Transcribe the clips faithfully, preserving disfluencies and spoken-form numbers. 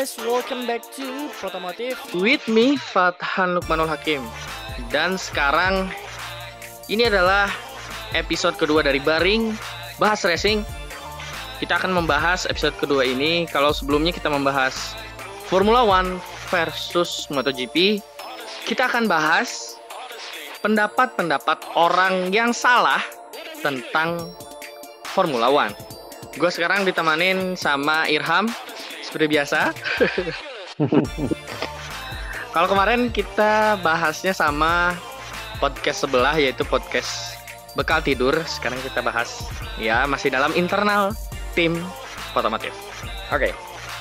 guys, welcome back to Protomotif with me Fathan Lukmanul Hakim. Dan sekarang ini adalah episode kedua dari Baring Bahas Racing. Kita akan membahas episode kedua ini. Kalau sebelumnya kita membahas Formula One versus MotoGP, kita akan bahas pendapat-pendapat orang yang salah tentang Formula One. Gue sekarang ditemanin sama Irham seperti biasa. Kalau kemarin kita bahasnya sama podcast sebelah, yaitu podcast Bekal Tidur. Sekarang kita bahas ya masih dalam internal tim Otomotif. Oke. Okay.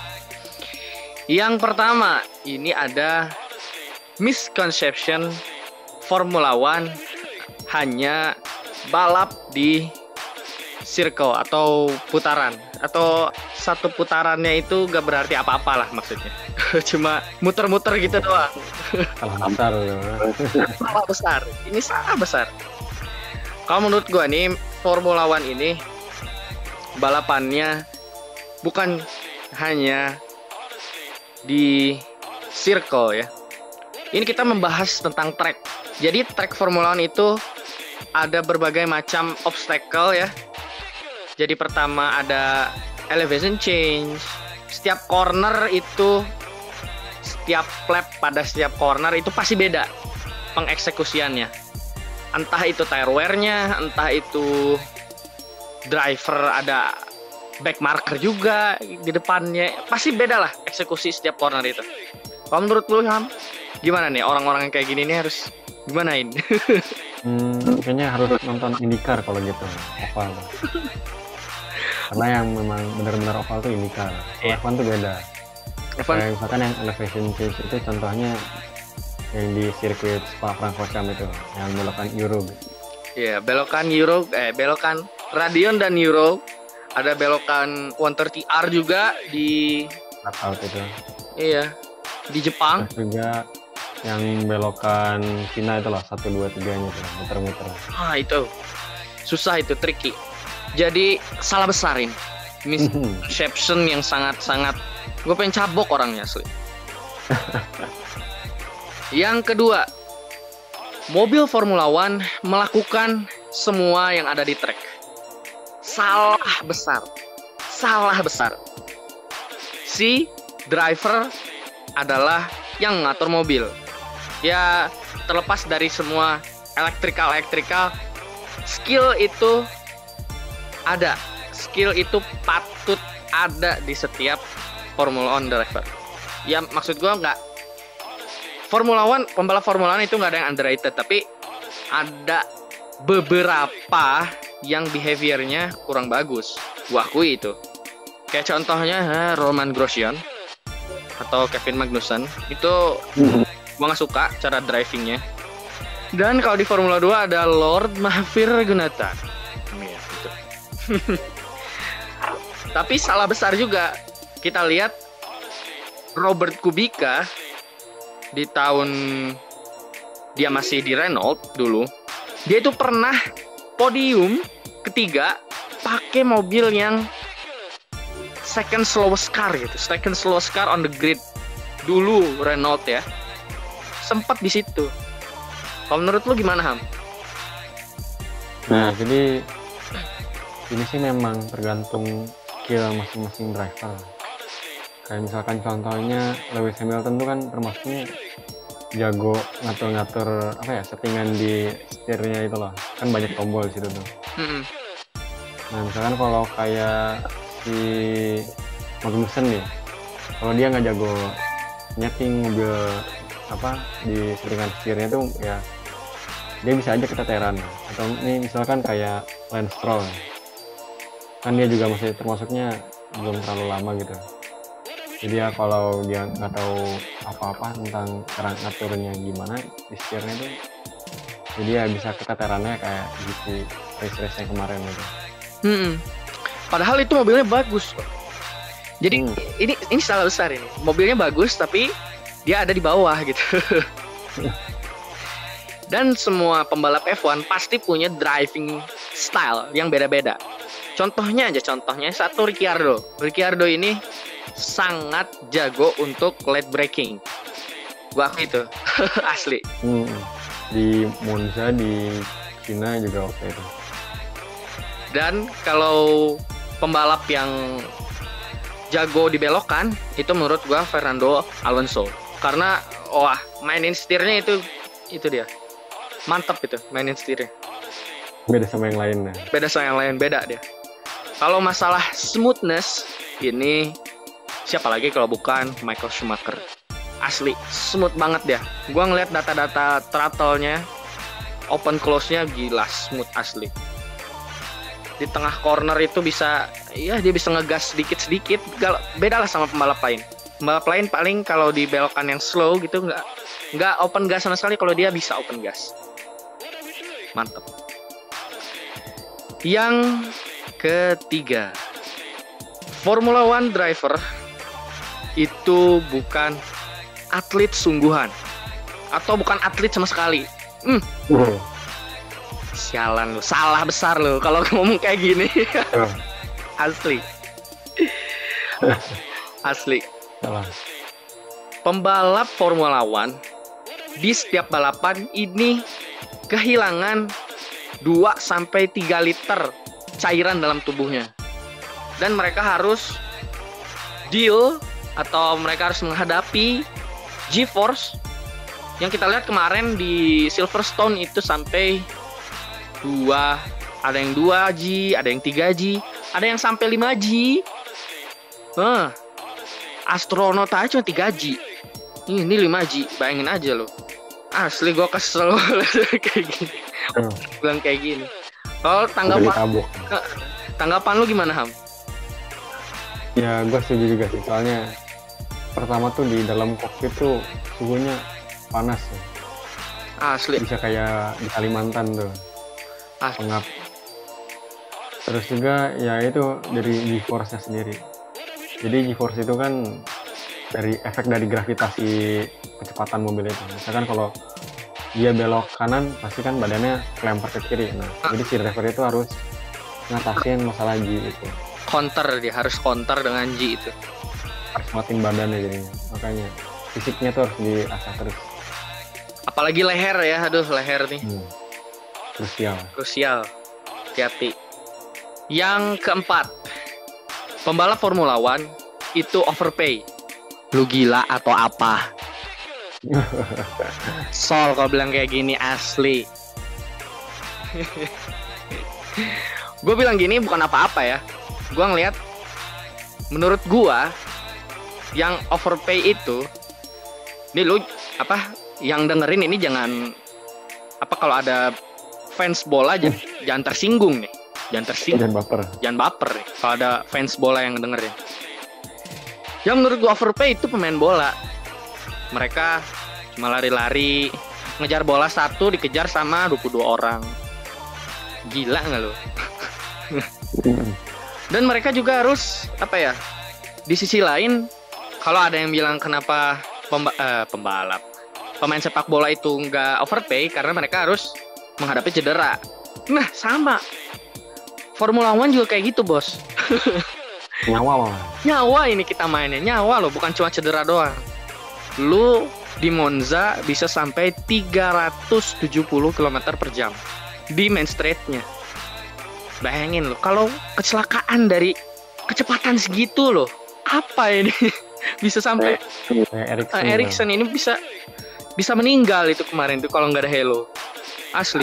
Yang pertama, ini ada misconception Formula One hanya balap di circle atau putaran, atau satu putarannya itu gak berarti apa-apa lah maksudnya. Cuma muter-muter gitu doang. Salah besar. Salah besar. Ini salah besar. Kalau menurut gua nih, Formula One ini balapannya bukan hanya di circle ya. Ini kita membahas tentang track. Jadi track Formula One itu ada berbagai macam obstacle ya. Jadi pertama ada elevation change. Setiap corner itu, setiap lap pada setiap corner itu pasti beda pengeksekusiannya. Entah itu tire wear-nya, entah itu driver ada back marker juga di depannya. Pasti beda lah eksekusi setiap corner itu. Kalau menurut lu Ham, gimana nih orang-orang yang kayak gini nih harus gimanain? hmm, kayaknya harus nonton IndyCar kalau gitu. Oval. Karena yang memang benar-benar oval tuh IndyCar. Yeah. F satu tuh beda. F satu. Kayak misalkan yang elevation change itu contohnya yang di sirkuit Spa-Francorchamps itu, yang belokan Euro. Iya, yeah, belokan Euro, eh belokan Radion dan Euro. Ada belokan seratus tiga puluh R juga di Out itu. Iya, di Jepang. Terus juga yang belokan Cina itu lah, satu dua tiganya tuh, muter-muter. Ah, itu. Susah itu, tricky. Jadi salah besar ini. Misconception yang sangat-sangat, gue pengen cabok orangnya asli. Yang kedua, mobil Formula One melakukan semua yang ada di track. Salah besar. Salah besar. Si driver adalah yang ngatur mobil. Ya, terlepas dari semua elektrikal-elektrikal, skill itu ada. Skill itu patut ada di setiap Formula One driver. Ya, maksud gue nggak Formula One, pembalap Formula One itu nggak ada yang underrated, tapi ada beberapa yang behaviornya kurang bagus. Gua akui itu. Kayak contohnya Romain Grosjean atau Kevin Magnussen. Itu gua nggak suka cara drivingnya. Dan kalau di Formula dua ada Lord Mahfir Gunatan. Ya, gitu. Tapi salah besar juga. Kita lihat Robert Kubica di tahun dia masih di Renault dulu, dia itu pernah podium ketiga pakai mobil yang second slowest car gitu, second slowest car on the grid dulu Renault ya, sempat di situ. Kalau menurut lu gimana Ham? Nah, jadi ini sih memang tergantung skill masing-masing driver. Kayak misalkan contohnya Lewis Hamilton tuh kan termasuknya jago ngatur-ngatur apa ya, settingan di setirnya itu loh. Kan banyak tombol di situ tuh. Mm-hmm. Nah, misalkan kalau kayak si Magnussen nih, kalau dia nggak jago nyeting mobil apa di settingan setirnya tuh ya, dia bisa aja keteteran. Atau ini misalkan kayak Lance Stroll, kan dia juga masih termasuknya belum terlalu lama gitu. Jadi ya kalau dia nggak tahu apa-apa tentang cara ngaturnya gimana di setirnya tuh, jadi ya bisa keteterannya kayak gitu race-race yang kemarin gitu. Hmm. Padahal itu mobilnya bagus. Jadi hmm. ini ini salah besar ini. Mobilnya bagus tapi dia ada di bawah gitu. Dan semua pembalap F satu pasti punya driving style yang beda-beda. Contohnya aja, contohnya satu Ricciardo. Ricciardo ini sangat jago untuk late braking. Gua akui itu. Asli. Hmm. Di Monza di Cina juga waktu itu. Dan kalau pembalap yang jago di belokan itu menurut gua Fernando Alonso. Karena wah, mainin setirnya itu itu dia. Mantap itu mainin setirnya. Beda sama yang lainnya. Beda sama yang lain, beda dia. Kalau masalah smoothness, ini siapa lagi kalau bukan Michael Schumacher. Asli, smooth banget dia. Gua ngeliat data-data throttle-nya, open close-nya gila smooth asli. Di tengah corner itu bisa, ya dia bisa ngegas sedikit-sedikit. Beda lah sama pembalap lain. Pembalap lain paling kalau di belokan yang slow gitu nggak nggak open gas sama sekali. Kalau dia bisa open gas. Mantap. Yang ketiga, Formula One driver itu bukan atlet sungguhan atau bukan atlet sama sekali. Hmm. Uh. Sialan lu, salah besar lu kalau ngomong kayak gini. Uh. Asli. Asli. Salah. Pembalap Formula One di setiap balapan ini kehilangan dua sampai tiga liter cairan dalam tubuhnya. Dan mereka harus deal atau mereka harus menghadapi G-force yang kita lihat kemarin di Silverstone itu sampai dua, ada yang dua G, ada yang tiga G, ada yang sampai lima G. Huh. Astronot aja cuma tiga G. Ini lima G, bayangin aja lo. Asli gue kesel kayak gini. Uh. Bilang kayak gini. Kalau tanggapan tanggapan lu gimana, Ham? Ya gue setuju juga sih, soalnya pertama tuh di dalam kokpit tuh suhunya panas ya. Asli. Bisa kayak di Kalimantan tuh. Ah. Pengap. Terus juga ya itu dari G-force-nya sendiri. Jadi G-force itu kan dari efek dari gravitasi kecepatan mobil itu. Misalkan kalau dia belok kanan, pasti kan badannya kelempar ke kiri. Nah, ah. jadi si driver itu harus ngatasin masalah G itu. Counter, dia harus counter dengan G itu. Harus matiin badannya jadinya. Makanya fisiknya tuh harus diasah terus. Apalagi leher ya, aduh leher nih. Hmm. Krusial. Krusial. Hati-hati. Yang keempat, pembalap Formula One itu overpay. Lu gila atau apa? Sol kalau bilang kayak gini, asli. Gue bilang gini bukan apa-apa ya. Gue ngeliat, menurut gue yang overpay itu, ini lu apa? Yang dengerin ini jangan apa kalau ada fans bola jangan, jangan tersinggung nih, jangan tersinggung, Jangan baper. jangan baper nih. Kalau ada fans bola yang dengerin, yang menurut gue overpay itu pemain bola. Mereka cuma lari-lari, ngejar bola satu dikejar sama dua puluh dua orang. Gila nggak lo? Dan mereka juga harus apa ya? Di sisi lain, kalau ada yang bilang kenapa pemba eh, pembalap, pemain sepak bola itu nggak overpay karena mereka harus menghadapi cedera. Nah sama, Formula One juga kayak gitu bos. Nyawa malah. Nyawa ini kita mainnya, nyawa loh, bukan cuma cedera doang. Lu di Monza bisa sampai tiga ratus tujuh puluh kilometer per jam di main straight-nya. Bayangin lo, kalau kecelakaan dari kecepatan segitu loh, apa ini? Bisa sampai Ericsson, uh, Ericsson ini bisa bisa meninggal itu kemarin tuh kalau nggak ada halo. Asli.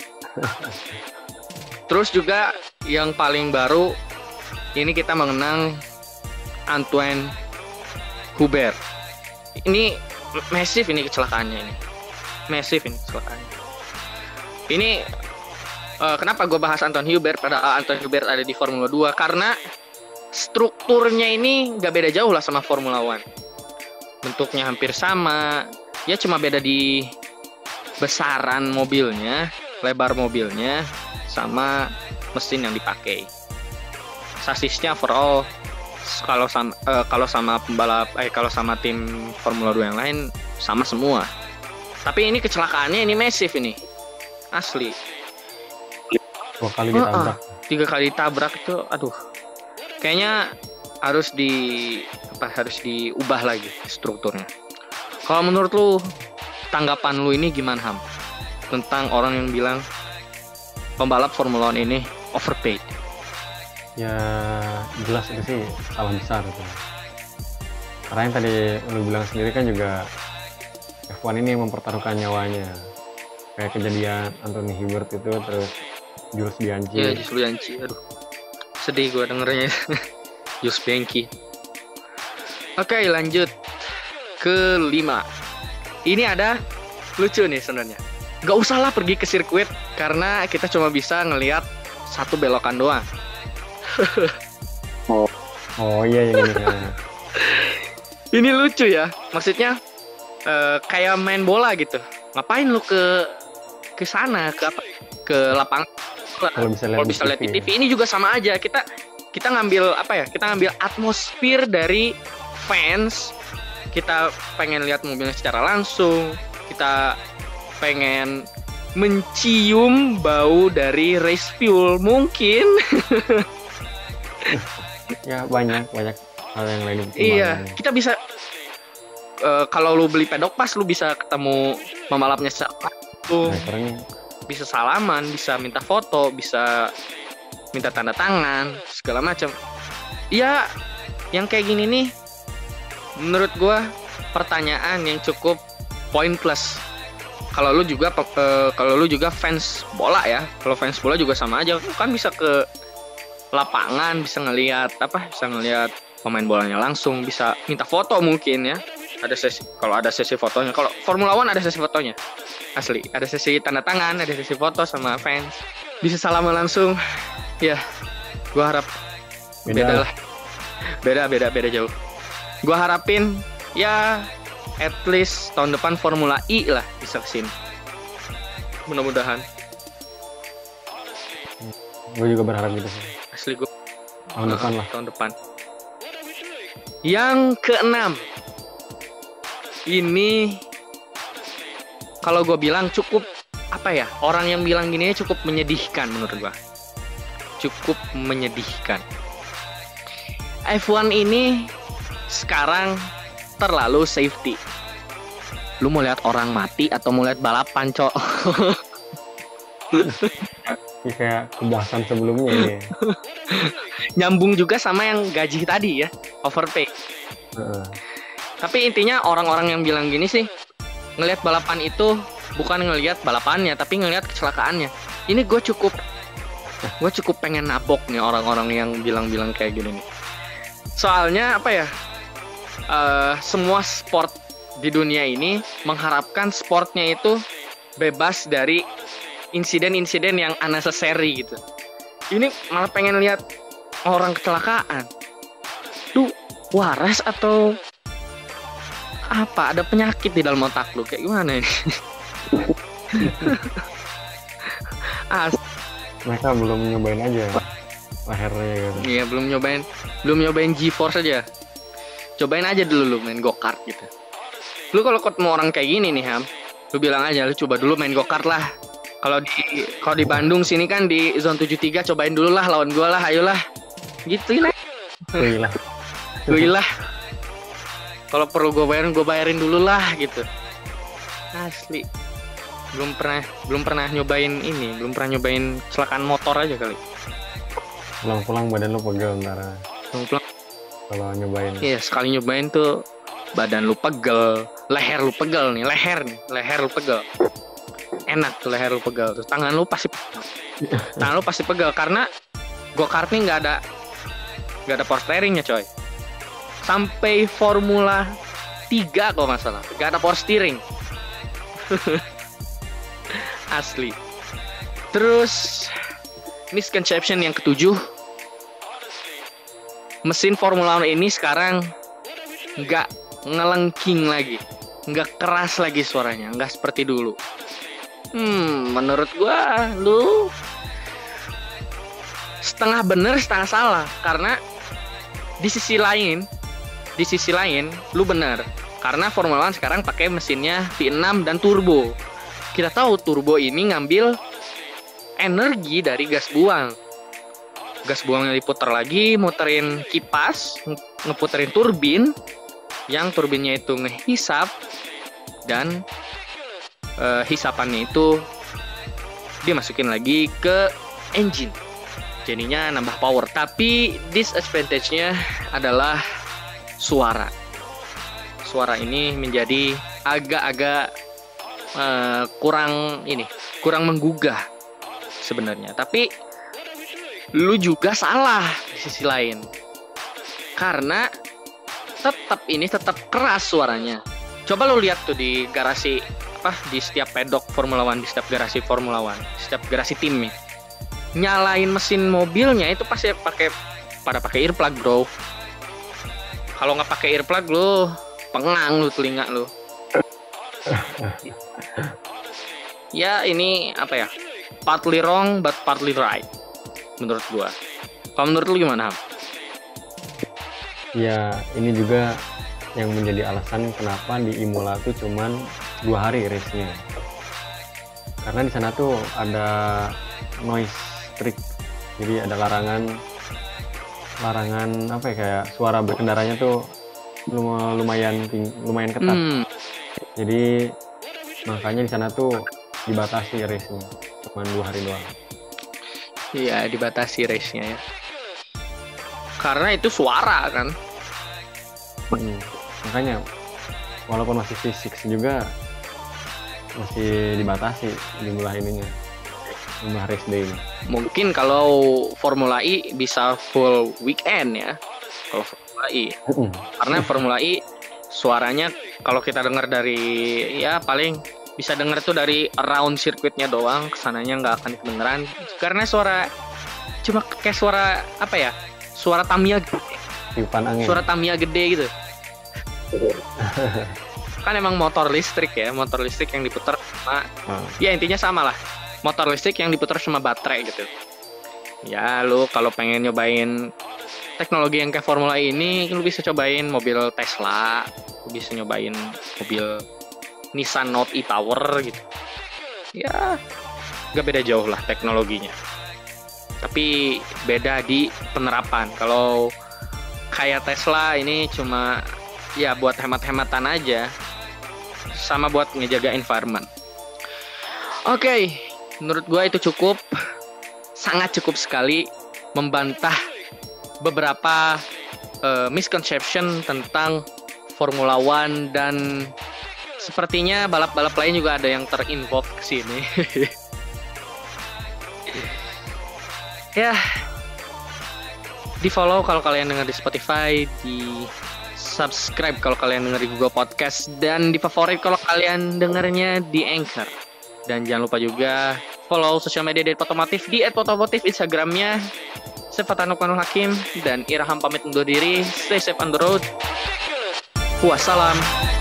Terus juga yang paling baru ini kita mengenang Antoine Hubert. Ini massive ini kecelakaannya ini. Massive ini kecelakaannya. Ini uh, kenapa gue bahas Antoine Hubert pada uh, Antoine Hubert ada di Formula dua? Karena strukturnya ini nggak beda jauh lah sama Formula One. Bentuknya hampir sama. Ya cuma beda di besaran mobilnya, lebar mobilnya, sama mesin yang dipakai. Sasisnya overall kalau sama uh, kalau sama pembalap eh kalau sama tim Formula dua yang lain sama semua. Tapi ini kecelakaannya ini massive ini. Asli. Dua kali ditabrak. Uh, uh, tiga kali tabrak itu aduh. Kayaknya harus di apa harus diubah lagi strukturnya. Kalau menurut lu, tanggapan lu ini gimana, Ham? Tentang orang yang bilang pembalap Formula One ini overpaid. Ya jelas itu sih salah besar itu. Karena yang tadi lu bilang sendiri kan juga F satu ini mempertaruhkan nyawanya. Kayak kejadian Anthony Hubert itu, terus Jules Bianchi. Iya, Jules Bianchi. Aduh, sedih gue dengernya. Jules Bianchi. Oke, lanjut ke lima. Ini ada lucu nih sebenarnya. Gak usah lah pergi ke sirkuit karena kita cuma bisa ngelihat satu belokan doang. oh, oh iya iya. iya. Ini lucu ya, maksudnya uh, kayak main bola gitu. Ngapain lu ke ke sana, ke apa? Ke lapangan? Kalau bisa lihat, Kalau bisa lihat di T V, ini juga sama aja. Kita kita ngambil apa ya? Kita ngambil atmosfer dari fans. Kita pengen lihat mobilnya secara langsung. Kita pengen mencium bau dari race fuel mungkin. Ya banyak banyak hal yang lain. Iya, kita bisa uh, kalau lu beli pedok pas lu bisa ketemu pembalapnya satu, nah, bisa salaman, bisa minta foto, bisa minta tanda tangan, segala macam. Iya, yang kayak gini nih, menurut gua pertanyaan yang cukup pointless. Kalau lu juga uh, kalau lu juga fans bola ya, kalau fans bola juga sama aja, lu kan bisa ke lapangan, bisa ngelihat apa, bisa ngelihat pemain bolanya langsung, bisa minta foto mungkin ya. Ada sesi, kalau ada sesi fotonya. Kalau Formula One ada sesi fotonya, asli. Ada sesi tanda tangan, ada sesi foto sama fans. Bisa salaman langsung. Ya, gua harap beda, beda lah. Beda, beda, beda jauh. Gua harapin ya at least tahun depan Formula E lah bisa kesini. Mudah-mudahan. Gue juga berharap gitu sih. Asli gue. Tahun depan lah. Tahun depan. Yang keenam. Ini kalau gue bilang cukup apa ya? Orang yang bilang gini cukup menyedihkan menurut gue. Cukup menyedihkan. F satu ini sekarang terlalu safety. Lu mau lihat orang mati atau mau lihat balapan, Cok? Ini kayak kebahasan sebelumnya ini. Nyambung juga sama yang gaji tadi ya, overpay. Uh. Tapi intinya orang-orang yang bilang gini sih, ngelihat balapan itu bukan ngelihat balapannya, tapi ngelihat kecelakaannya. Ini gue cukup, gue cukup pengen nabok nih orang-orang yang bilang-bilang kayak gini nih. Soalnya apa ya? Uh, semua sport di dunia ini mengharapkan sportnya itu bebas dari insiden-insiden yang unnecessary gitu. Ini malah pengen lihat orang kecelakaan. Duh, waras atau apa? Ada penyakit di dalam otak lu kayak gimana ini? As. Mereka belum nyobain aja lehernya gitu. Iya, belum nyobain, belum nyobain G-Force aja. Cobain aja dulu lu main go-kart gitu. Lu kalau ketemu orang kayak gini nih, Ham, lu bilang aja, lu coba dulu main go-kart lah. Kalau di kalau di Bandung sini kan di zone tujuh puluh tiga, cobain dulu lah, lawan gua lah, ayolah. Gituin aja. Gila. Gila. Kalau perlu gua bayarin, gua bayarin dulu lah gitu. Asli. Belum pernah belum pernah nyobain ini, belum pernah nyobain kecelakaan motor aja kali. Pulang-pulang badan lu pegel ntar. Pulang-pulang kalau nyobain. Iya, sekali nyobain tuh badan lu pegel, leher lu pegel nih, leher nih, leher lu pegel. Enak tuh leher lu pegel, terus tangan lu pasti tangan lu pasti pegel karena go-kart nih nggak ada nggak ada power steeringnya, coy. Sampai Formula tiga kalau nggak salah, nggak ada power steering. Asli. Terus misconception yang ketujuh, mesin Formula One ini sekarang nggak ngelengking lagi, nggak keras lagi suaranya, nggak seperti dulu. Hmm, menurut gua lu setengah bener setengah salah, karena di sisi lain, di sisi lain lu bener, karena Formula One sekarang pakai mesinnya V enam dan turbo. Kita tahu turbo ini ngambil energi dari gas buang. Gas buangnya diputar lagi, muterin kipas, ngeputerin turbin, yang turbinnya itu ngehisap, dan uh, hisapannya itu dia masukin lagi ke engine, jadinya nambah power. Tapi disadvantage-nya adalah suara. Suara ini menjadi agak-agak uh, kurang ini, kurang menggugah sebenarnya. Tapi lu juga salah di sisi lain, karena tetap ini tetap keras suaranya. Coba lu lihat tuh di garasi apa, di setiap pedok Formula One, di setiap garasi Formula One, setiap garasi timnya, nyalain mesin mobilnya itu pasti pakai pada pakai earplug, bro. Kalau nggak pakai earplug lu pengang lu telinga lu. Ya ini apa ya, partly wrong but partly right menurut gua. Kalau menurut lu gimana, Ham? Ya ini juga yang menjadi alasan kenapa di Imola tuh cuman dua hari race-nya, karena di sana tuh ada noise strict, jadi ada larangan larangan apa ya, kayak suara berkendaranya tuh lumayan lumayan ketat. Hmm. Jadi makanya di sana tuh dibatasi race-nya, cuman dua hari doang. Iya, dibatasi race-nya ya. Karena itu suara kan. Hmm. Makanya walaupun masih fisik juga masih dibatasi jumlah ininya, jumlah race day. Mungkin kalau Formula E bisa full weekend ya. Kalau Formula E. Hmm. Karena Formula E suaranya kalau kita dengar dari ya paling bisa dengar tuh dari around sirkuitnya doang, kesananya nggak akan kedengeran karena suara cuma kayak suara apa ya, suara Tamiya gede. Tiupan angin. Suara Tamiya gede gitu. Kan emang motor listrik ya, motor listrik yang diputar sama hmm. ya intinya sama lah, motor listrik yang diputar sama baterai gitu. Ya lu kalau pengen nyobain teknologi yang kayak Formula E ini, lu bisa cobain mobil Tesla, lu bisa nyobain mobil Nissan Note e-Power gitu. Ya, gak beda jauh lah teknologinya. Tapi beda di penerapan. Kalau kayak Tesla ini cuma ya buat hemat-hematan aja, sama buat ngejaga environment. Oke, okay, menurut gue itu cukup, sangat cukup sekali membantah beberapa uh, misconception tentang Formula One, dan sepertinya balap-balap lain juga ada yang terinvolve ke sini. Ya, di follow kalau kalian dengar di Spotify, di subscribe kalau kalian dengar di Google Podcast, dan di favorit kalau kalian dengarnya di Anchor. Dan jangan lupa juga follow sosial media dari Potomotif di et potomotif Instagramnya. Saya Fatanuk Manul Hakim dan Irham pamit undur diri. Stay safe on the road. Wassalam.